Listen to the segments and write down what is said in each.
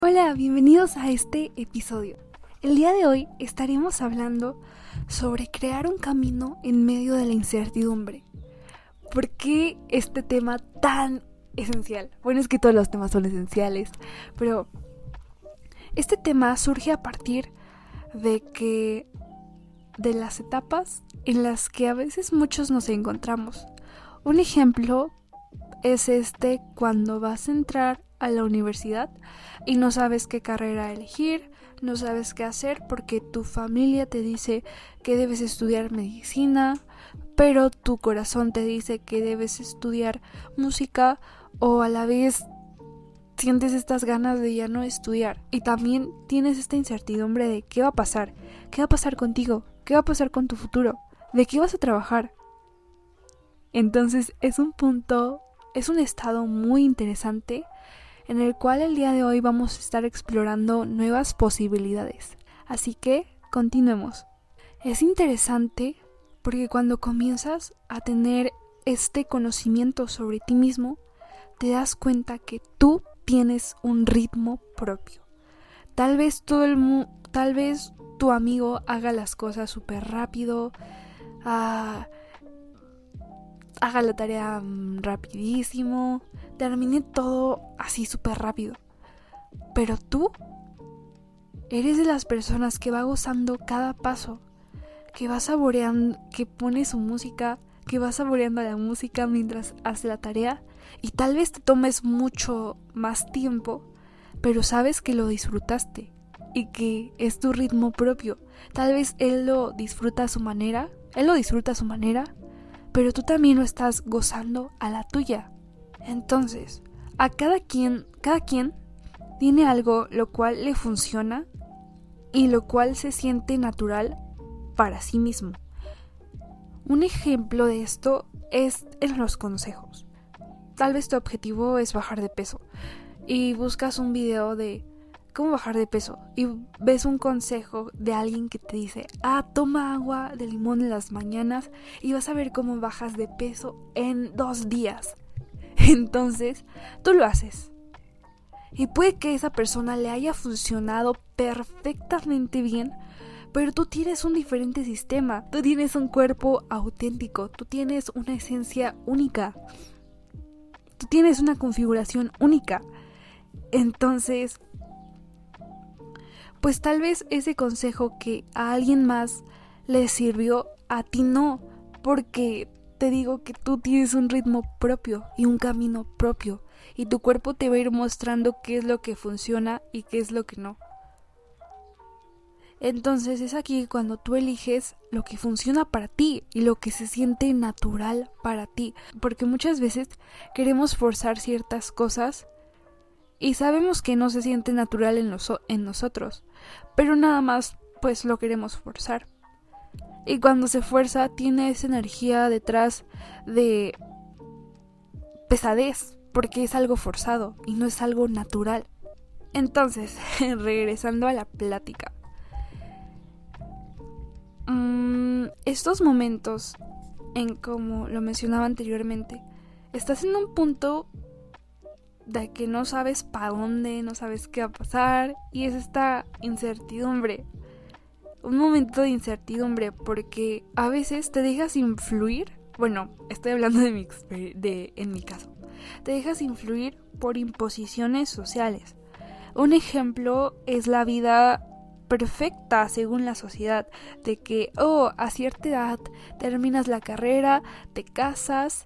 Hola, bienvenidos a este episodio. El día de hoy estaremos hablando sobre crear un camino en medio de la incertidumbre. ¿Por qué este tema tan esencial? Bueno, es que todos los temas son esenciales, pero este tema surge a partir de las etapas en las que a veces muchos nos encontramos. Un ejemplo es cuando vas a entrar a la universidad y no sabes qué carrera elegir, no sabes qué hacer porque tu familia te dice que debes estudiar medicina, pero tu corazón te dice que debes estudiar música, o a la vez sientes estas ganas de ya no estudiar y también tienes esta incertidumbre de qué va a pasar contigo, qué va a pasar con tu futuro, de qué vas a trabajar. Entonces es un estado muy interesante en el cual el día de hoy vamos a estar explorando nuevas posibilidades. Así que continuemos. Es interesante porque cuando comienzas a tener este conocimiento sobre ti mismo, te das cuenta que tú tienes un ritmo propio. Tal vez tu amigo haga las cosas súper rápido, haga la tarea rapidísimo, termine todo así súper rápido. Pero tú eres de las personas que va gozando cada paso, que va saboreando, que pone su música, que va saboreando la música mientras hace la tarea, y tal vez te tomes mucho más tiempo, pero sabes que lo disfrutaste y que es tu ritmo propio. Tal vez él lo disfruta a su manera, pero tú también lo estás gozando a la tuya. Entonces, a cada quien tiene algo lo cual le funciona y lo cual se siente natural para sí mismo. Un ejemplo de esto es en los consejos. Tal vez tu objetivo es bajar de peso y buscas un video de cómo bajar de peso y ves un consejo de alguien que te dice: toma agua de limón en las mañanas y vas a ver cómo bajas de peso en 2 días. Entonces, tú lo haces. Y puede que a esa persona le haya funcionado perfectamente bien, pero tú tienes un diferente sistema. Tú tienes un cuerpo auténtico. Tú tienes una esencia única. Tú tienes una configuración única. Entonces, pues tal vez ese consejo que a alguien más le sirvió, a ti no, porque te digo que tú tienes un ritmo propio y un camino propio, y tu cuerpo te va a ir mostrando qué es lo que funciona y qué es lo que no. Entonces es aquí cuando tú eliges lo que funciona para ti y lo que se siente natural para ti, porque muchas veces queremos forzar ciertas cosas y sabemos que no se siente natural en nosotros, pero nada más pues lo queremos forzar. Y cuando se fuerza tiene esa energía detrás de pesadez, porque es algo forzado y no es algo natural. Entonces, regresando a la plática. Estos momentos, como lo mencionaba anteriormente, estás en un punto de que no sabes para dónde, no sabes qué va a pasar, y es esta incertidumbre. Un momento de incertidumbre porque a veces te dejas influir. Bueno, estoy hablando en mi caso. Te dejas influir por imposiciones sociales. Un ejemplo es la vida perfecta según la sociedad, de que a cierta edad terminas la carrera, te casas,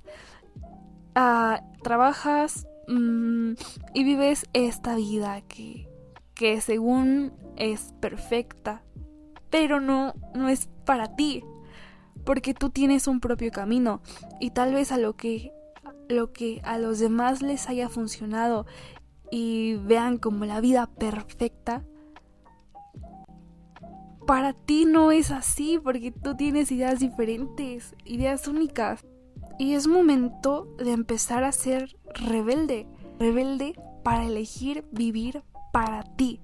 trabajas y vives esta vida que según es perfecta. Pero no es para ti, porque tú tienes un propio camino y tal vez a lo que a los demás les haya funcionado y vean como la vida perfecta, para ti no es así, porque tú tienes ideas diferentes, ideas únicas, y es momento de empezar a ser rebelde para elegir vivir para ti.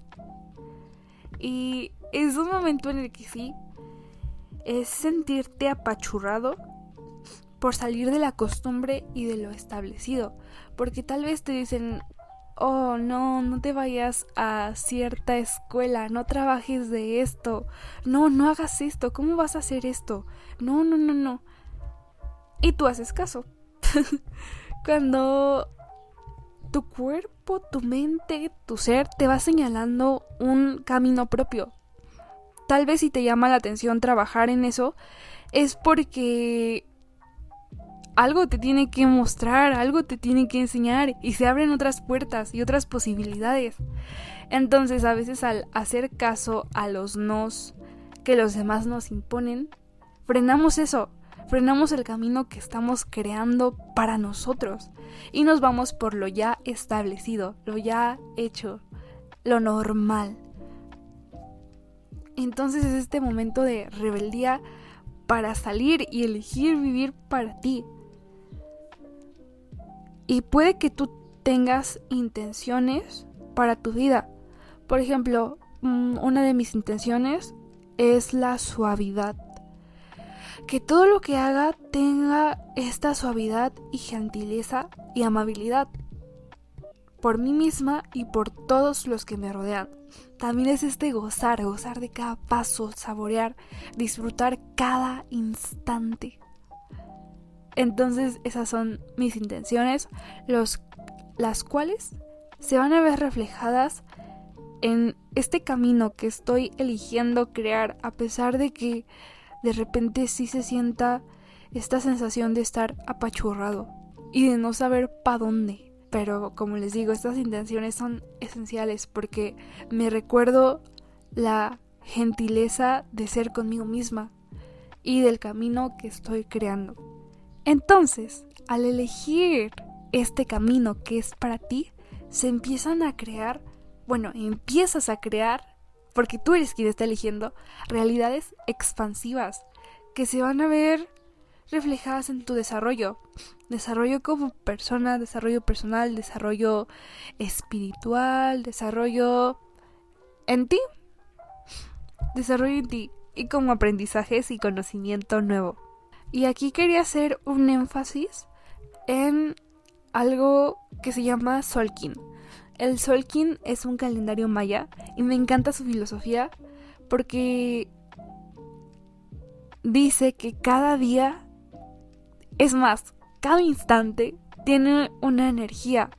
Y es un momento en el que sí, es sentirte apachurrado por salir de la costumbre y de lo establecido, porque tal vez te dicen: oh, no te vayas a cierta escuela, no trabajes de esto, no hagas esto, ¿cómo vas a hacer esto? No. Y tú haces caso. Cuando tu cuerpo, tu mente, tu ser te va señalando un camino propio. Tal vez si te llama la atención trabajar en eso, es porque algo te tiene que mostrar, algo te tiene que enseñar y se abren otras puertas y otras posibilidades. Entonces, a veces al hacer caso a los nos que los demás nos imponen, frenamos eso, frenamos el camino que estamos creando para nosotros y nos vamos por lo ya establecido, lo ya hecho, lo normal. Entonces es este momento de rebeldía para salir y elegir vivir para ti. Y puede que tú tengas intenciones para tu vida. Por ejemplo, una de mis intenciones es la suavidad. Que todo lo que haga tenga esta suavidad y gentileza y amabilidad. Por mí misma y por todos los que me rodean. También es este gozar de cada paso, saborear, disfrutar cada instante. Entonces esas son mis intenciones, las cuales se van a ver reflejadas en este camino que estoy eligiendo crear, a pesar de que de repente sí se sienta esta sensación de estar apachurrado y de no saber para dónde. Pero como les digo, estas intenciones son esenciales porque me recuerdo la gentileza de ser conmigo misma y del camino que estoy creando. Entonces, al elegir este camino que es para ti, empiezas a crear, porque tú eres quien está eligiendo, realidades expansivas que se van a ver reflejadas en tu desarrollo como persona, desarrollo personal, desarrollo espiritual, desarrollo en ti y como aprendizajes y conocimiento nuevo. Y aquí quería hacer un énfasis en algo que se llama Tzolk'in. El Tzolk'in es un calendario maya y me encanta su filosofía porque dice que cada día, es más, cada instante tiene una energía.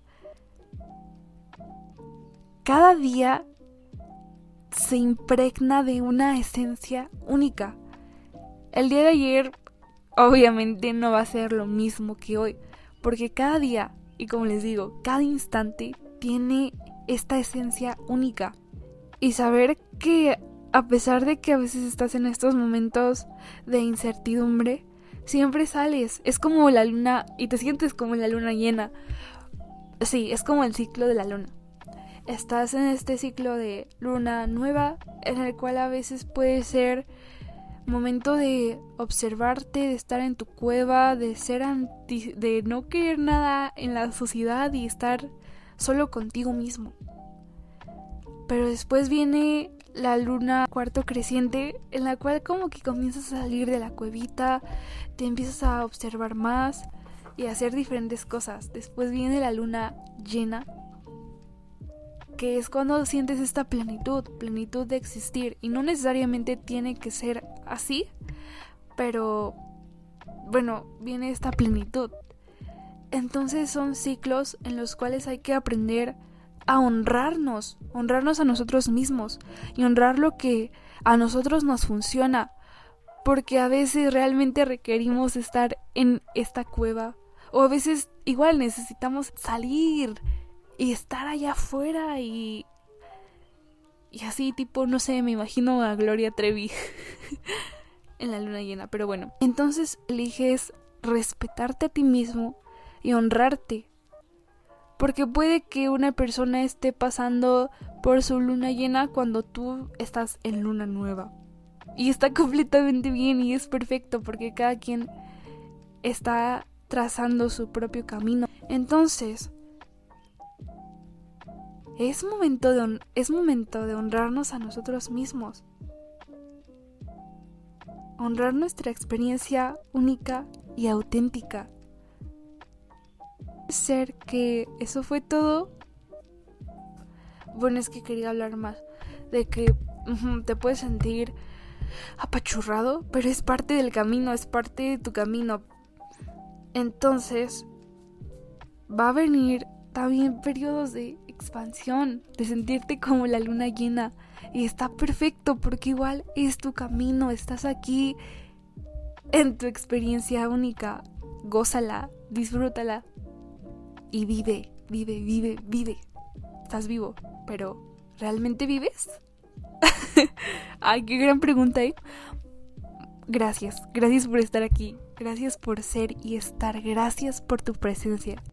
Cada día se impregna de una esencia única. El día de ayer obviamente no va a ser lo mismo que hoy, porque cada día, y como les digo, cada instante tiene esta esencia única. Y saber que a pesar de que a veces estás en estos momentos de incertidumbre, siempre sales. Es como la luna y te sientes como la luna llena. Sí, es como el ciclo de la luna. Estás en este ciclo de luna nueva en el cual a veces puede ser momento de observarte, de estar en tu cueva, de no querer nada en la sociedad y estar solo contigo mismo. Pero después viene la luna cuarto creciente, en la cual como que comienzas a salir de la cuevita, te empiezas a observar más y a hacer diferentes cosas. Después viene la luna llena, que es cuando sientes esta plenitud de existir, y no necesariamente tiene que ser así, pero bueno, viene esta plenitud. Entonces son ciclos en los cuales hay que aprender a honrarnos a nosotros mismos y honrar lo que a nosotros nos funciona, porque a veces realmente requerimos estar en esta cueva, o a veces igual necesitamos salir y estar allá afuera y así, tipo, no sé, me imagino a Gloria Trevi en la luna llena. Pero bueno, entonces eliges respetarte a ti mismo y honrarte, porque puede que una persona esté pasando por su luna llena cuando tú estás en luna nueva, y está completamente bien y es perfecto, porque cada quien está trazando su propio camino. Entonces es momento de honrarnos a nosotros mismos, honrar nuestra experiencia única y auténtica. Ser que eso fue todo bueno, es que quería hablar más de que te puedes sentir apachurrado, pero es parte del camino, es parte de tu camino. Entonces va a venir también periodos de expansión, de sentirte como la luna llena, y está perfecto porque igual es tu camino, estás aquí en tu experiencia única. Gózala, disfrútala y vive. Estás vivo, pero ¿realmente vives? Ay, qué gran pregunta, ¿eh? Gracias por estar aquí, gracias por ser y estar, gracias por tu presencia.